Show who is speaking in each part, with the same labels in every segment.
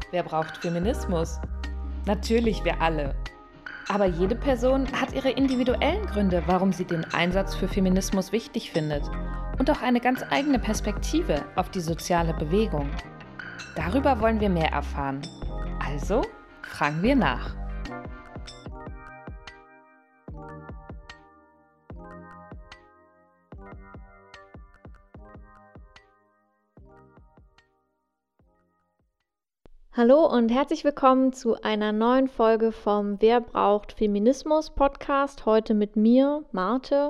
Speaker 1: Wer braucht Feminismus? Natürlich wir alle. Aber jede Person hat ihre individuellen Gründe, warum sie den Einsatz für Feminismus wichtig findet. Und auch eine ganz eigene Perspektive auf die soziale Bewegung. Darüber wollen wir mehr erfahren. Also fragen wir nach.
Speaker 2: Hallo und herzlich willkommen zu einer neuen Folge vom Wer braucht Feminismus Podcast. Heute mit mir, Marte.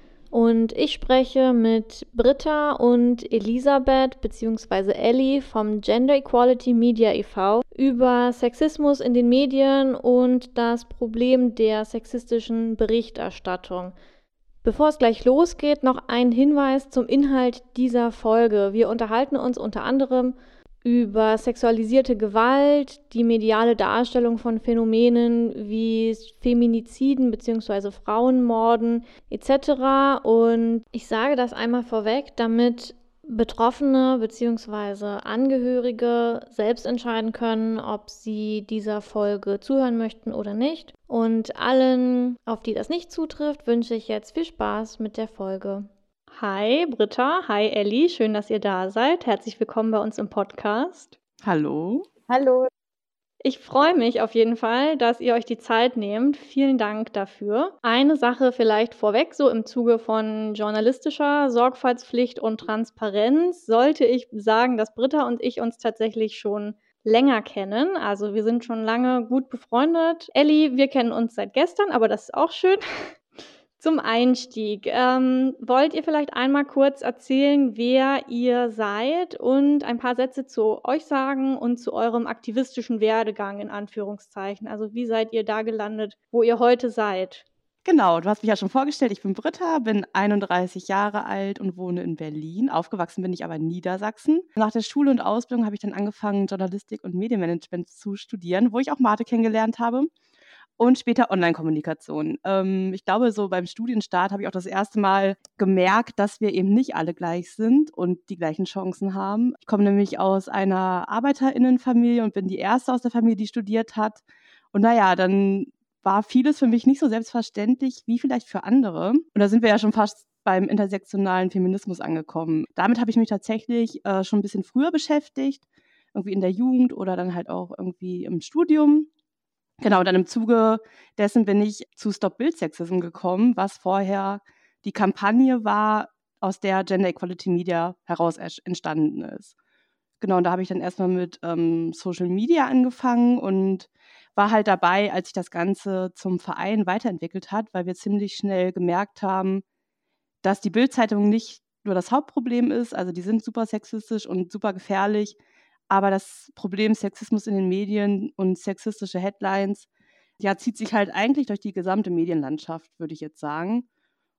Speaker 2: Und ich spreche mit Britta und Elisabeth bzw. Elli vom Gender Equality Media e.V. über Sexismus in den Medien und das Problem der sexistischen Berichterstattung. Bevor es gleich losgeht, noch ein Hinweis zum Inhalt dieser Folge. Wir unterhalten uns unter anderem über sexualisierte Gewalt, die mediale Darstellung von Phänomenen wie Feminiziden bzw. Frauenmorden etc. Und ich sage das einmal vorweg, damit Betroffene bzw. Angehörige selbst entscheiden können, ob sie dieser Folge zuhören möchten oder nicht. Und allen, auf die das nicht zutrifft, wünsche ich jetzt viel Spaß mit der Folge. Hi Britta, hi Elli, schön, dass ihr da seid. Herzlich willkommen bei uns im Podcast.
Speaker 3: Hallo.
Speaker 4: Hallo.
Speaker 2: Ich freue mich auf jeden Fall, dass ihr euch die Zeit nehmt. Vielen Dank dafür. Eine Sache vielleicht vorweg, so im Zuge von journalistischer Sorgfaltspflicht und Transparenz, sollte ich sagen, dass Britta und ich uns tatsächlich schon länger kennen. Also wir sind schon lange gut befreundet. Elli, wir kennen uns seit gestern, aber das ist auch schön. Zum Einstieg, wollt ihr vielleicht einmal kurz erzählen, wer ihr seid und ein paar Sätze zu euch sagen und zu eurem aktivistischen Werdegang in Anführungszeichen? Also wie seid ihr da gelandet, wo ihr heute seid?
Speaker 3: Genau, du hast mich ja schon vorgestellt, ich bin Britta, bin 31 Jahre alt und wohne in Berlin. Aufgewachsen bin ich aber in Niedersachsen. Nach der Schule und Ausbildung habe ich dann angefangen, Journalistik und Medienmanagement zu studieren, wo ich auch Marte kennengelernt habe. Und später Online-Kommunikation. Ich glaube, so beim Studienstart habe ich auch das erste Mal gemerkt, dass wir eben nicht alle gleich sind und die gleichen Chancen haben. Ich komme nämlich aus einer ArbeiterInnenfamilie und bin die erste aus der Familie, die studiert hat. Und naja, dann war vieles für mich nicht so selbstverständlich wie vielleicht für andere. Und da sind wir ja schon fast beim intersektionalen Feminismus angekommen. Damit habe ich mich tatsächlich schon ein bisschen früher beschäftigt, irgendwie in der Jugend oder dann halt auch irgendwie im Studium. Genau, dann im Zuge dessen bin ich zu Stop Bild-Sexism gekommen, was vorher die Kampagne war, aus der Gender Equality Media heraus entstanden ist. Genau, und da habe ich dann erstmal mit Social Media angefangen und war halt dabei, als sich das Ganze zum Verein weiterentwickelt hat, weil wir ziemlich schnell gemerkt haben, dass die Bild-Zeitung nicht nur das Hauptproblem ist, also die sind super sexistisch und super gefährlich, aber das Problem Sexismus in den Medien und sexistische Headlines, ja, zieht sich halt eigentlich durch die gesamte Medienlandschaft, würde ich jetzt sagen.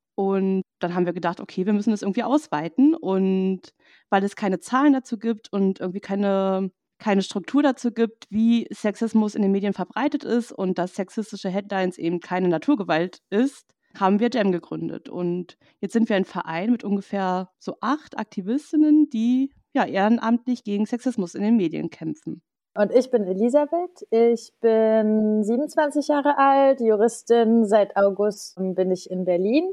Speaker 3: Und dann haben wir gedacht, okay, wir müssen das irgendwie ausweiten. Und weil es keine Zahlen dazu gibt und irgendwie keine Struktur dazu gibt, wie Sexismus in den Medien verbreitet ist und dass sexistische Headlines eben keine Naturgewalt ist, haben wir GEM gegründet. Und jetzt sind wir ein Verein mit ungefähr so 8 Aktivistinnen, die ja ehrenamtlich gegen Sexismus in den Medien kämpfen.
Speaker 4: Und ich bin Elisabeth, ich bin 27 Jahre alt, Juristin, seit August bin ich in Berlin,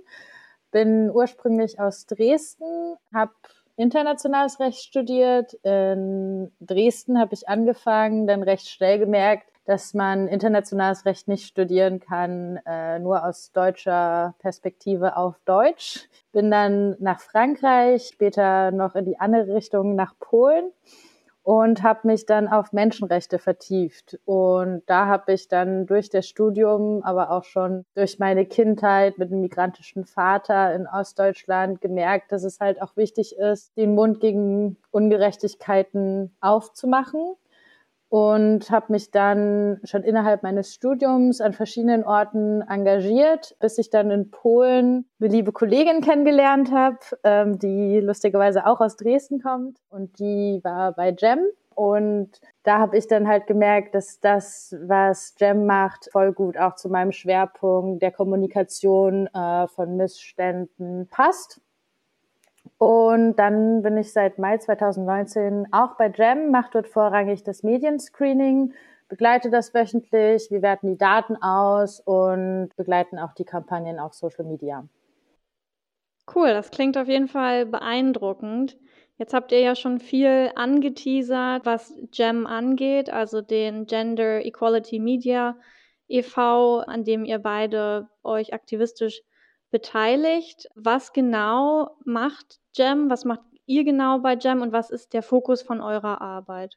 Speaker 4: bin ursprünglich aus Dresden, habe internationales Recht studiert. In Dresden habe ich angefangen, dann recht schnell gemerkt, dass man internationales Recht nicht studieren kann, nur aus deutscher Perspektive auf Deutsch. Bin dann nach Frankreich, später noch in die andere Richtung nach Polen und habe mich dann auf Menschenrechte vertieft. Und da habe ich dann durch das Studium, aber auch schon durch meine Kindheit mit einem migrantischen Vater in Ostdeutschland gemerkt, dass es halt auch wichtig ist, den Mund gegen Ungerechtigkeiten aufzumachen. Und habe mich dann schon innerhalb meines Studiums an verschiedenen Orten engagiert, bis ich dann in Polen eine liebe Kollegin kennengelernt habe, die lustigerweise auch aus Dresden kommt. Und die war bei GEM. Und da habe ich dann halt gemerkt, dass das, was GEM macht, voll gut auch zu meinem Schwerpunkt der Kommunikation von Missständen passt. Und dann bin ich seit Mai 2019 auch bei Jam, mache dort vorrangig das Medienscreening, begleite das wöchentlich, wir werten die Daten aus und begleiten auch die Kampagnen auf Social Media.
Speaker 2: Cool, das klingt auf jeden Fall beeindruckend. Jetzt habt ihr ja schon viel angeteasert, was Jam angeht, also den Gender Equality Media e.V., an dem ihr beide euch aktivistisch beteiligt. Was genau macht Jam? Was macht ihr genau bei Jam und was ist der Fokus von eurer Arbeit?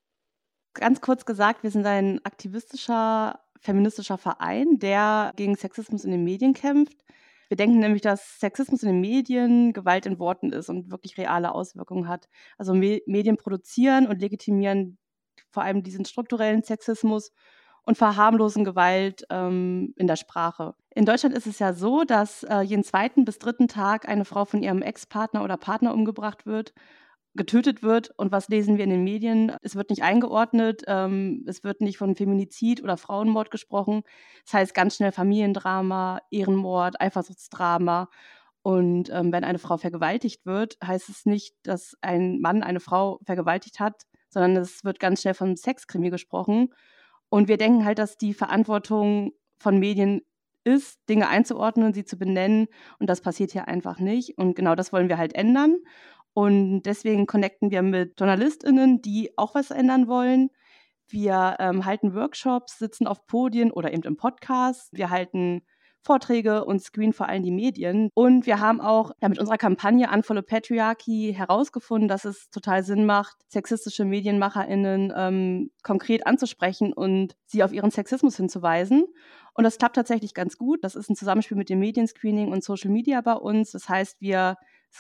Speaker 3: Ganz kurz gesagt, wir sind ein aktivistischer, feministischer Verein, der gegen Sexismus in den Medien kämpft. Wir denken nämlich, dass Sexismus in den Medien Gewalt in Worten ist und wirklich reale Auswirkungen hat. Also Medien produzieren und legitimieren vor allem diesen strukturellen Sexismus und verharmlosen Gewalt in der Sprache. In Deutschland ist es ja so, dass jeden 2. bis 3. Tag eine Frau von ihrem Ex-Partner oder Partner umgebracht wird, getötet wird. Und was lesen wir in den Medien? Es wird nicht eingeordnet, es wird nicht von Feminizid oder Frauenmord gesprochen. Das heißt ganz schnell Familiendrama, Ehrenmord, Eifersuchtsdrama. Und wenn eine Frau vergewaltigt wird, heißt es nicht, dass ein Mann eine Frau vergewaltigt hat, sondern es wird ganz schnell von Sexkrimi gesprochen. Und wir denken halt, dass die Verantwortung von Medien ist, Dinge einzuordnen, sie zu benennen. Und das passiert hier einfach nicht. Und genau das wollen wir halt ändern. Und deswegen connecten wir mit JournalistInnen, die auch was ändern wollen. Wir halten Workshops, sitzen auf Podien oder eben im Podcast. Wir halten Vorträge und screenen vor allem die Medien. Und wir haben auch mit unserer Kampagne Unfollow Patriarchy herausgefunden, dass es total Sinn macht, sexistische MedienmacherInnen konkret anzusprechen und sie auf ihren Sexismus hinzuweisen. Und das klappt tatsächlich ganz gut. Das ist ein Zusammenspiel mit dem Medienscreening und Social Media bei uns. Das heißt, wir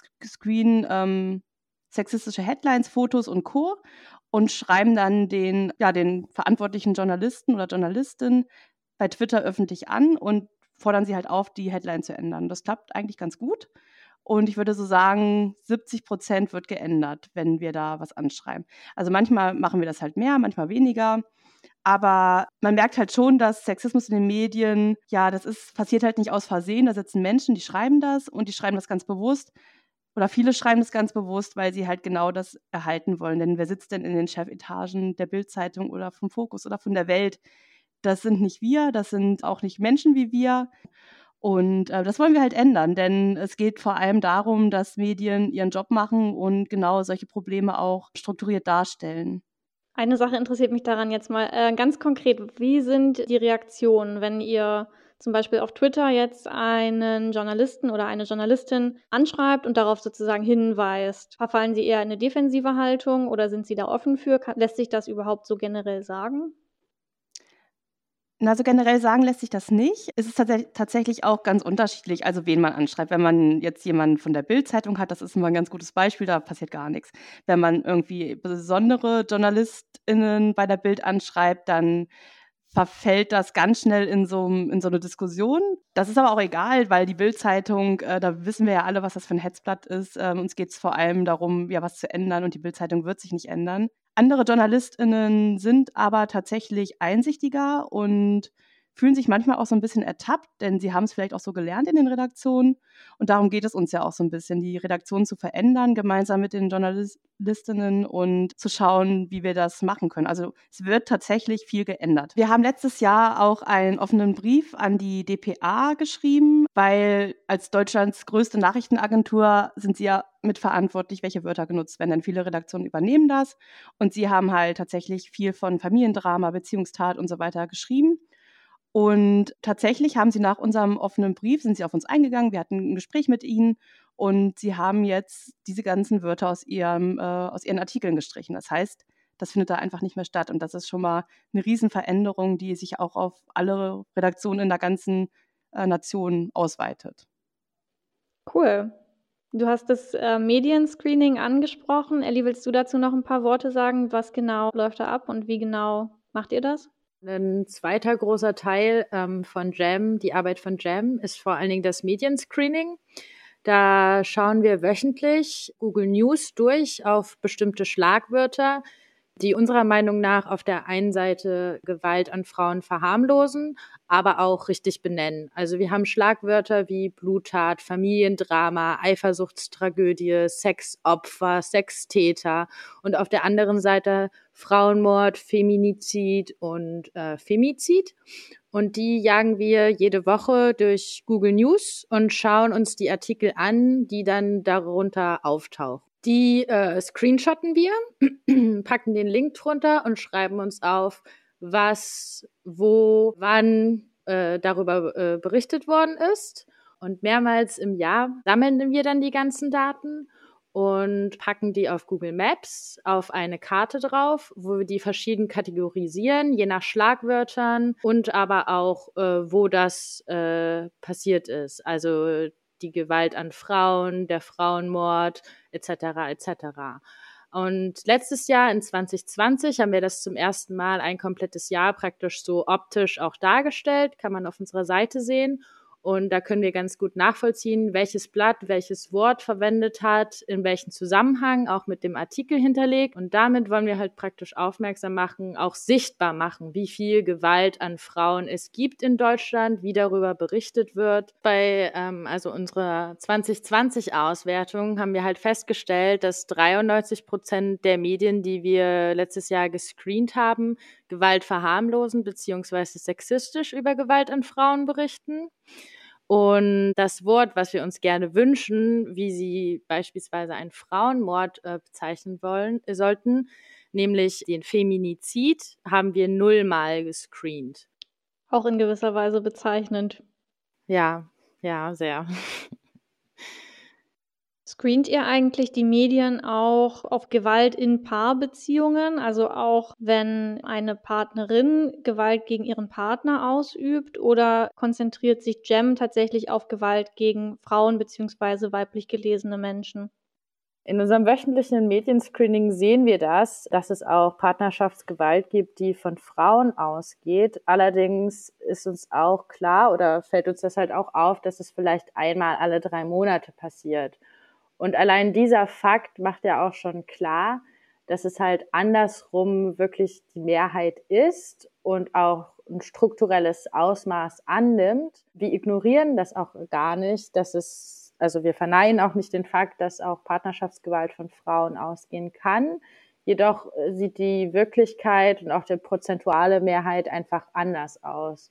Speaker 3: screenen sexistische Headlines, Fotos und Co. und schreiben dann den verantwortlichen Journalisten oder Journalistin bei Twitter öffentlich an und fordern sie halt auf, die Headline zu ändern. Das klappt eigentlich ganz gut. Und ich würde so sagen, 70% wird geändert, wenn wir da was anschreiben. Also manchmal machen wir das halt mehr, manchmal weniger. Aber man merkt halt schon, dass Sexismus in den Medien, passiert halt nicht aus Versehen. Da sitzen Menschen, die schreiben das und die schreiben das ganz bewusst. Oder viele schreiben das ganz bewusst, weil sie halt genau das erhalten wollen. Denn wer sitzt denn in den Chefetagen der Bild-Zeitung oder vom Fokus oder von der Welt? Das sind nicht wir, das sind auch nicht Menschen wie wir. Und das wollen wir halt ändern, denn es geht vor allem darum, dass Medien ihren Job machen und genau solche Probleme auch strukturiert darstellen.
Speaker 2: Eine Sache interessiert mich daran jetzt mal ganz konkret. Wie sind die Reaktionen, wenn ihr zum Beispiel auf Twitter jetzt einen Journalisten oder eine Journalistin anschreibt und darauf sozusagen hinweist? Verfallen sie eher in eine defensive Haltung oder sind sie da offen für? Lässt sich das überhaupt so generell sagen?
Speaker 3: Na, so generell sagen lässt sich das nicht. Es ist tatsächlich auch ganz unterschiedlich, also wen man anschreibt. Wenn man jetzt jemanden von der Bild-Zeitung hat, das ist immer ein ganz gutes Beispiel, da passiert gar nichts. Wenn man irgendwie besondere JournalistInnen bei der Bild anschreibt, dann verfällt das ganz schnell in so eine Diskussion. Das ist aber auch egal, weil die Bild-Zeitung, da wissen wir ja alle, was das für ein Hetzblatt ist. Uns geht es vor allem darum, ja, was zu ändern und die Bild-Zeitung wird sich nicht ändern. Andere JournalistInnen sind aber tatsächlich einsichtiger und fühlen sich manchmal auch so ein bisschen ertappt, denn sie haben es vielleicht auch so gelernt in den Redaktionen. Und darum geht es uns ja auch so ein bisschen, die Redaktion zu verändern, gemeinsam mit den Journalistinnen und zu schauen, wie wir das machen können. Also es wird tatsächlich viel geändert. Wir haben letztes Jahr auch einen offenen Brief an die dpa geschrieben, weil als Deutschlands größte Nachrichtenagentur sind sie ja mitverantwortlich, welche Wörter genutzt werden, denn viele Redaktionen übernehmen das. Und sie haben halt tatsächlich viel von Familiendrama, Beziehungstat und so weiter geschrieben. Und tatsächlich haben sie nach unserem offenen Brief, sind sie auf uns eingegangen, wir hatten ein Gespräch mit ihnen und sie haben jetzt diese ganzen Wörter aus ihren Artikeln gestrichen. Das heißt, das findet da einfach nicht mehr statt und das ist schon mal eine Riesenveränderung, die sich auch auf alle Redaktionen in der ganzen Nation ausweitet.
Speaker 2: Cool. Du hast das Medienscreening angesprochen. Elli, willst du dazu noch ein paar Worte sagen? Was genau läuft da ab und wie genau macht ihr das?
Speaker 4: Ein zweiter großer Teil von Jam, die Arbeit von Jam, ist vor allen Dingen das Medienscreening. Da schauen wir wöchentlich Google News durch auf bestimmte Schlagwörter, die unserer Meinung nach auf der einen Seite Gewalt an Frauen verharmlosen, aber auch richtig benennen. Also wir haben Schlagwörter wie Bluttat, Familiendrama, Eifersuchtstragödie, Sexopfer, Sextäter und auf der anderen Seite Frauenmord, Feminizid und Femizid. Und die jagen wir jede Woche durch Google News und schauen uns die Artikel an, die dann darunter auftauchen. Die screenshotten wir, packen den Link drunter und schreiben uns auf, was, wo, wann darüber berichtet worden ist. Und mehrmals im Jahr sammeln wir dann die ganzen Daten und packen die auf Google Maps auf eine Karte drauf, wo wir die verschieden kategorisieren, je nach Schlagwörtern und aber auch, wo das passiert ist. Also die Gewalt an Frauen, der Frauenmord etc. etc. Und letztes Jahr in 2020 haben wir das zum ersten Mal ein komplettes Jahr praktisch so optisch auch dargestellt, kann man auf unserer Seite sehen. Und da können wir ganz gut nachvollziehen, welches Blatt, welches Wort verwendet hat, in welchem Zusammenhang, auch mit dem Artikel hinterlegt. Und damit wollen wir halt praktisch aufmerksam machen, auch sichtbar machen, wie viel Gewalt an Frauen es gibt in Deutschland, wie darüber berichtet wird. Bei also unserer 2020-Auswertung haben wir halt festgestellt, dass 93% der Medien, die wir letztes Jahr gescreent haben, Gewalt verharmlosen bzw. sexistisch über Gewalt an Frauen berichten. Und das Wort, was wir uns gerne wünschen, wie sie beispielsweise einen Frauenmord bezeichnen sollten, nämlich den Feminizid, haben wir 0-mal gescreent.
Speaker 2: Auch in gewisser Weise bezeichnend.
Speaker 4: Ja, sehr.
Speaker 2: Screent ihr eigentlich die Medien auch auf Gewalt in Paarbeziehungen? Also auch wenn eine Partnerin Gewalt gegen ihren Partner ausübt, oder konzentriert sich GEM tatsächlich auf Gewalt gegen Frauen bzw. weiblich gelesene Menschen?
Speaker 4: In unserem wöchentlichen Medienscreening sehen wir dass es auch Partnerschaftsgewalt gibt, die von Frauen ausgeht. Allerdings ist uns auch klar oder fällt uns das halt auch auf, dass es vielleicht einmal alle 3 Monate passiert. Und allein dieser Fakt macht ja auch schon klar, dass es halt andersrum wirklich die Mehrheit ist und auch ein strukturelles Ausmaß annimmt. Wir ignorieren das auch gar nicht, also wir verneinen auch nicht den Fakt, dass auch Partnerschaftsgewalt von Frauen ausgehen kann. Jedoch sieht die Wirklichkeit und auch die prozentuale Mehrheit einfach anders aus.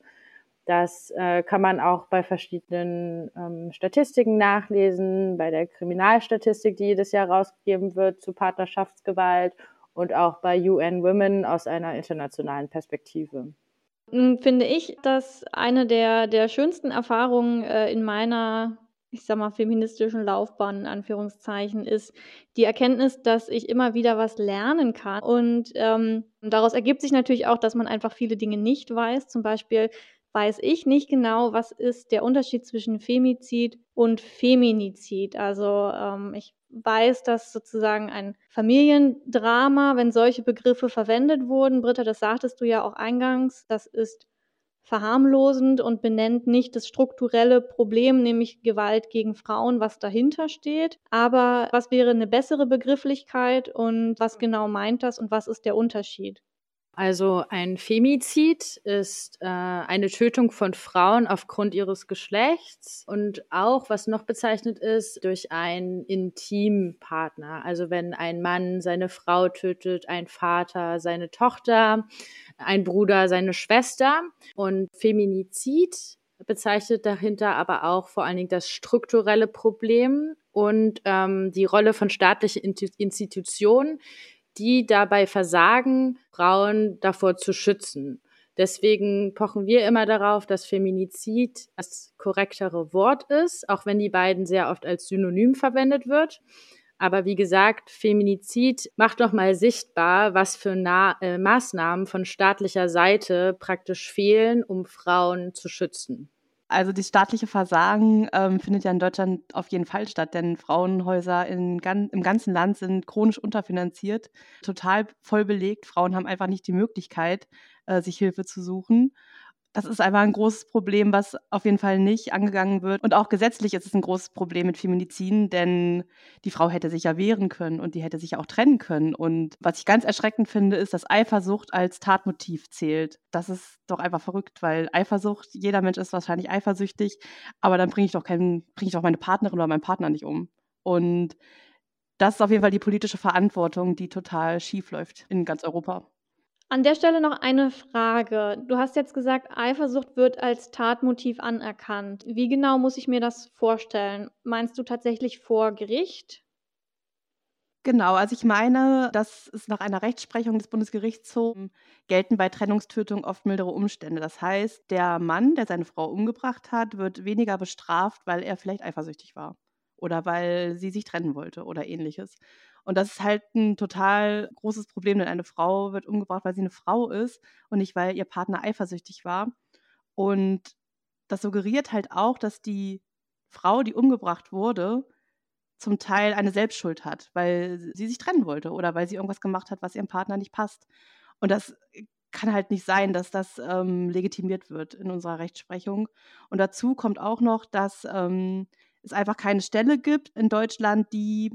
Speaker 4: Das kann man auch bei verschiedenen Statistiken nachlesen, bei der Kriminalstatistik, die jedes Jahr rausgegeben wird zu Partnerschaftsgewalt und auch bei UN Women aus einer internationalen Perspektive.
Speaker 2: Finde ich, dass eine der schönsten Erfahrungen in meiner, ich sag mal, feministischen Laufbahn in Anführungszeichen ist die Erkenntnis, dass ich immer wieder was lernen kann. Und daraus ergibt sich natürlich auch, dass man einfach viele Dinge nicht weiß. Zum Beispiel weiß ich nicht genau, was ist der Unterschied zwischen Femizid und Feminizid. Also ich weiß, dass sozusagen ein Familiendrama, wenn solche Begriffe verwendet wurden, Britta, das sagtest du ja auch eingangs, das ist verharmlosend und benennt nicht das strukturelle Problem, nämlich Gewalt gegen Frauen, was dahinter steht. Aber was wäre eine bessere Begrifflichkeit und was genau meint das und was ist der Unterschied?
Speaker 4: Also ein Femizid ist eine Tötung von Frauen aufgrund ihres Geschlechts und auch, was noch bezeichnet ist, durch einen Intimpartner. Also wenn ein Mann seine Frau tötet, ein Vater seine Tochter, ein Bruder seine Schwester. Und Feminizid bezeichnet dahinter aber auch vor allen Dingen das strukturelle Problem und die Rolle von staatlichen Institutionen, die dabei versagen, Frauen davor zu schützen. Deswegen pochen wir immer darauf, dass Feminizid das korrektere Wort ist, auch wenn die beiden sehr oft als Synonym verwendet wird. Aber wie gesagt, Feminizid macht noch mal sichtbar, was für Maßnahmen von staatlicher Seite praktisch fehlen, um Frauen zu schützen.
Speaker 3: Also das staatliche Versagen findet ja in Deutschland auf jeden Fall statt, denn Frauenhäuser im ganzen Land sind chronisch unterfinanziert, total voll belegt. Frauen haben einfach nicht die Möglichkeit, sich Hilfe zu suchen. Das ist einfach ein großes Problem, was auf jeden Fall nicht angegangen wird. Und auch gesetzlich ist es ein großes Problem mit Feminiziden, denn die Frau hätte sich ja wehren können und die hätte sich ja auch trennen können. Und was ich ganz erschreckend finde, ist, dass Eifersucht als Tatmotiv zählt. Das ist doch einfach verrückt, weil Eifersucht, jeder Mensch ist wahrscheinlich eifersüchtig, aber dann bringe ich doch meine Partnerin oder meinen Partner nicht um. Und das ist auf jeden Fall die politische Verantwortung, die total schief läuft in ganz Europa.
Speaker 2: An der Stelle noch eine Frage. Du hast jetzt gesagt, Eifersucht wird als Tatmotiv anerkannt. Wie genau muss ich mir das vorstellen? Meinst du tatsächlich vor Gericht?
Speaker 3: Genau, also ich meine, dass es nach einer Rechtsprechung des Bundesgerichtshofs gelten bei Trennungstötung oft mildere Umstände. Das heißt, der Mann, der seine Frau umgebracht hat, wird weniger bestraft, weil er vielleicht eifersüchtig war oder weil sie sich trennen wollte oder ähnliches. Und das ist halt ein total großes Problem, denn eine Frau wird umgebracht, weil sie eine Frau ist und nicht, weil ihr Partner eifersüchtig war. Und das suggeriert halt auch, dass die Frau, die umgebracht wurde, zum Teil eine Selbstschuld hat, weil sie sich trennen wollte oder weil sie irgendwas gemacht hat, was ihrem Partner nicht passt. Und das kann halt nicht sein, dass das legitimiert wird in unserer Rechtsprechung. Und dazu kommt auch noch, dass es einfach keine Stelle gibt in Deutschland, die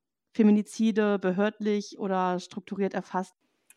Speaker 3: Feminizide behördlich oder strukturiert erfasst.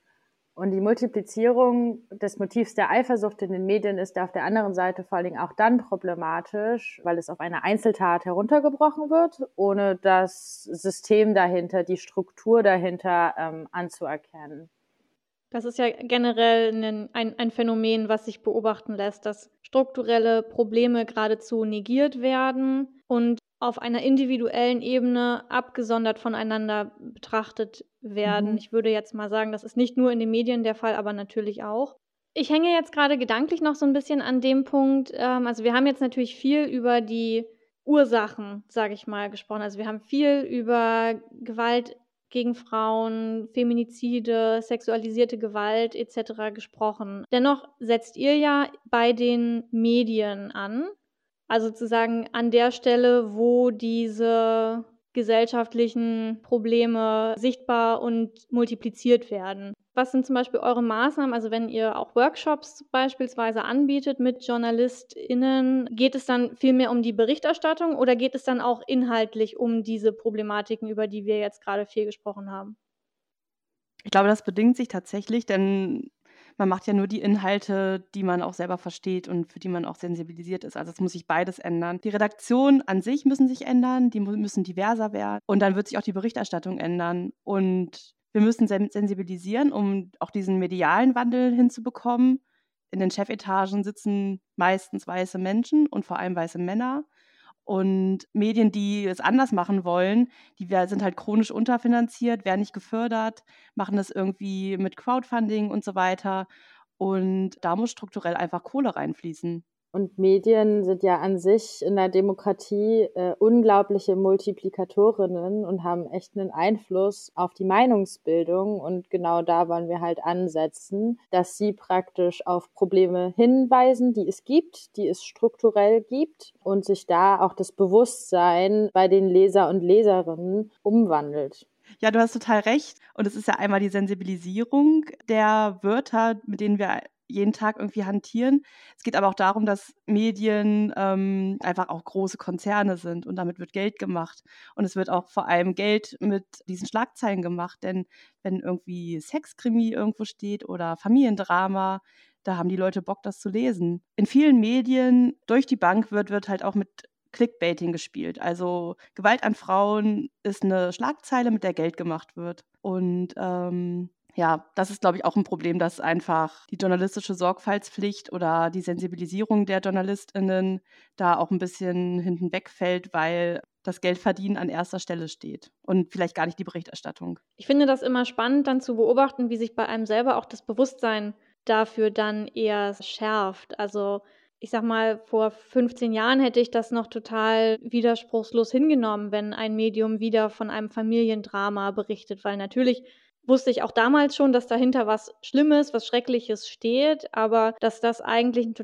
Speaker 4: Und die Multiplizierung des Motivs der Eifersucht in den Medien ist auf der anderen Seite vor allen Dingen auch dann problematisch, weil es auf eine Einzeltat heruntergebrochen wird, ohne das System dahinter, die Struktur dahinter anzuerkennen.
Speaker 2: Das ist ja generell ein Phänomen, was sich beobachten lässt, dass strukturelle Probleme geradezu negiert werden und auf einer individuellen Ebene abgesondert voneinander betrachtet werden. Ich würde jetzt mal sagen, das ist nicht nur in den Medien der Fall, aber natürlich auch. Ich hänge jetzt gerade gedanklich noch so ein bisschen an dem Punkt, also wir haben jetzt natürlich viel über die Ursachen, sage ich mal, gesprochen. Also wir haben viel über Gewalt gegen Frauen, Feminizide, sexualisierte Gewalt etc. gesprochen. Dennoch setzt ihr ja bei den Medien an, also sozusagen an der Stelle, wo diese gesellschaftlichen Probleme sichtbar und multipliziert werden. Was sind zum Beispiel eure Maßnahmen? Also wenn ihr auch Workshops beispielsweise anbietet mit JournalistInnen, geht es dann vielmehr um die Berichterstattung oder geht es dann auch inhaltlich um diese Problematiken, über die wir jetzt gerade viel gesprochen haben?
Speaker 3: Ich glaube, das bedingt sich tatsächlich, denn man macht ja nur die Inhalte, die man auch selber versteht und für die man auch sensibilisiert ist. Also es muss sich beides ändern. Die Redaktionen an sich müssen sich ändern, die müssen diverser werden und dann wird sich auch die Berichterstattung ändern. Und wir müssen sensibilisieren, um auch diesen medialen Wandel hinzubekommen. In den Chefetagen sitzen meistens weiße Menschen und vor allem weiße Männer. Und Medien, die es anders machen wollen, sind halt chronisch unterfinanziert, werden nicht gefördert, machen das irgendwie mit Crowdfunding und so weiter. Und da muss strukturell einfach Kohle reinfließen.
Speaker 4: Und Medien sind ja an sich in der Demokratie unglaubliche Multiplikatorinnen und haben echt einen Einfluss auf die Meinungsbildung. Und genau da wollen wir halt ansetzen, dass sie praktisch auf Probleme hinweisen, die es gibt, die es strukturell gibt und sich da auch das Bewusstsein bei den Leser und Leserinnen umwandelt.
Speaker 3: Ja, du hast total recht. Und es ist ja einmal die Sensibilisierung der Wörter, mit denen wir jeden Tag irgendwie hantieren. Es geht aber auch darum, dass Medien einfach auch große Konzerne sind und damit wird Geld gemacht. Und es wird auch vor allem Geld mit diesen Schlagzeilen gemacht, denn wenn irgendwie Sexkrimi irgendwo steht oder Familiendrama, da haben die Leute Bock, das zu lesen. In vielen Medien durch die Bank wird halt auch mit Clickbaiting gespielt. Also Gewalt an Frauen ist eine Schlagzeile, mit der Geld gemacht wird. Und ja, das ist, glaube ich, auch ein Problem, dass einfach die journalistische Sorgfaltspflicht oder die Sensibilisierung der JournalistInnen da auch ein bisschen hinten wegfällt, weil das Geldverdienen an erster Stelle steht und vielleicht gar nicht die Berichterstattung.
Speaker 2: Ich finde das immer spannend, dann zu beobachten, wie sich bei einem selber auch das Bewusstsein dafür dann eher schärft. Also ich sag mal, vor 15 Jahren hätte ich das noch total widerspruchslos hingenommen, wenn ein Medium wieder von einem Familiendrama berichtet, weil natürlich wusste ich auch damals schon, dass dahinter was Schlimmes, was Schreckliches steht, aber dass das eigentlich eine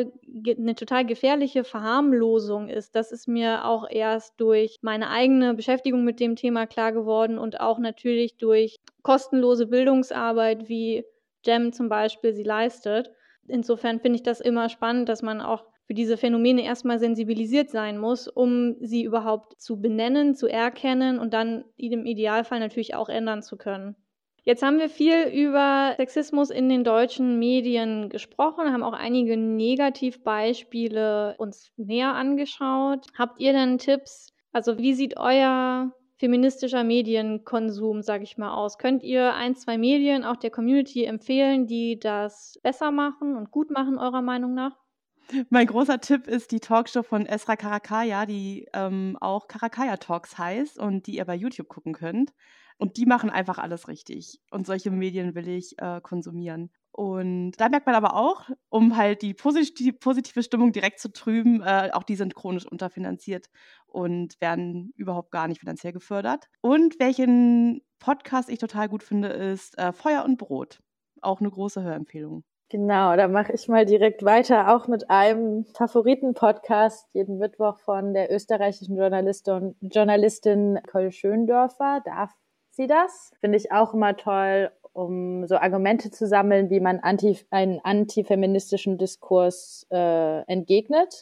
Speaker 2: total gefährliche Verharmlosung ist, das ist mir auch erst durch meine eigene Beschäftigung mit dem Thema klar geworden und auch natürlich durch kostenlose Bildungsarbeit, wie GEM zum Beispiel sie leistet. Insofern finde ich das immer spannend, dass man auch für diese Phänomene erstmal sensibilisiert sein muss, um sie überhaupt zu benennen, zu erkennen und dann im Idealfall natürlich auch ändern zu können. Jetzt haben wir viel über Sexismus in den deutschen Medien gesprochen, haben auch einige Negativbeispiele uns näher angeschaut. Habt ihr denn Tipps? Also wie sieht euer feministischer Medienkonsum, sage ich mal, aus? Könnt ihr 1, 2 Medien auch der Community empfehlen, die das besser machen und gut machen, eurer Meinung nach?
Speaker 3: Mein großer Tipp ist die Talkshow von Esra Karakaya, die auch Karakaya Talks heißt und die ihr bei YouTube gucken könnt. Und die machen einfach alles richtig. Und solche Medien will ich konsumieren. Und da merkt man aber auch, um halt die positive Stimmung direkt zu trüben, auch die sind chronisch unterfinanziert und werden überhaupt gar nicht finanziell gefördert. Und welchen Podcast ich total gut finde, ist Feuer und Brot. Auch eine große Hörempfehlung.
Speaker 4: Genau, da mache ich mal direkt weiter, auch mit einem Favoriten-Podcast, jeden Mittwoch von der österreichischen Journalistin Nicole Schöndorfer. Darf sie das? Finde ich auch immer toll, um so Argumente zu sammeln, wie man einen antifeministischen Diskurs entgegnet.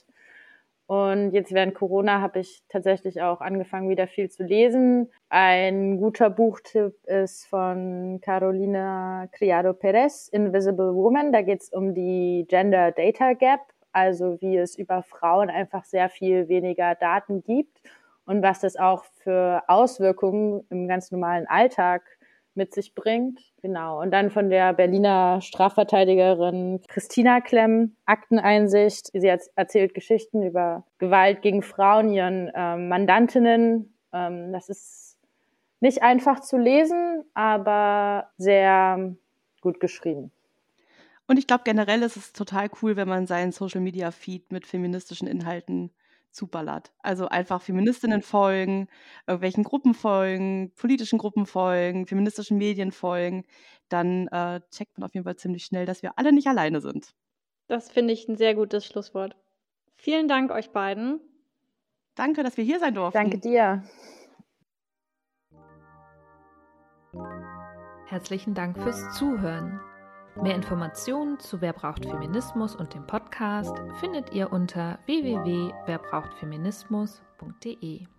Speaker 4: Und jetzt während Corona habe ich tatsächlich auch angefangen, wieder viel zu lesen. Ein guter Buchtipp ist von Carolina Criado Perez, Invisible Woman. Da geht es um die Gender Data Gap, also wie es über Frauen einfach sehr viel weniger Daten gibt und was das auch für Auswirkungen im ganz normalen Alltag mit sich bringt. Genau. Und dann von der Berliner Strafverteidigerin Christina Klemm, Akteneinsicht. Sie erzählt Geschichten über Gewalt gegen Frauen, ihren Mandantinnen. Das ist nicht einfach zu lesen, aber sehr gut geschrieben.
Speaker 3: Und ich glaube, generell ist es total cool, wenn man seinen Social-Media-Feed mit feministischen Inhalten zuballert. Also einfach Feministinnen folgen, irgendwelchen Gruppen folgen, politischen Gruppen folgen, feministischen Medien folgen. Dann checkt man auf jeden Fall ziemlich schnell, dass wir alle nicht alleine sind.
Speaker 2: Das finde ich ein sehr gutes Schlusswort. Vielen Dank euch beiden.
Speaker 3: Danke, dass wir hier sein durften.
Speaker 4: Danke dir.
Speaker 1: Herzlichen Dank fürs Zuhören. Mehr Informationen zu Wer braucht Feminismus und dem Podcast findet ihr unter www.werbrauchtfeminismus.de.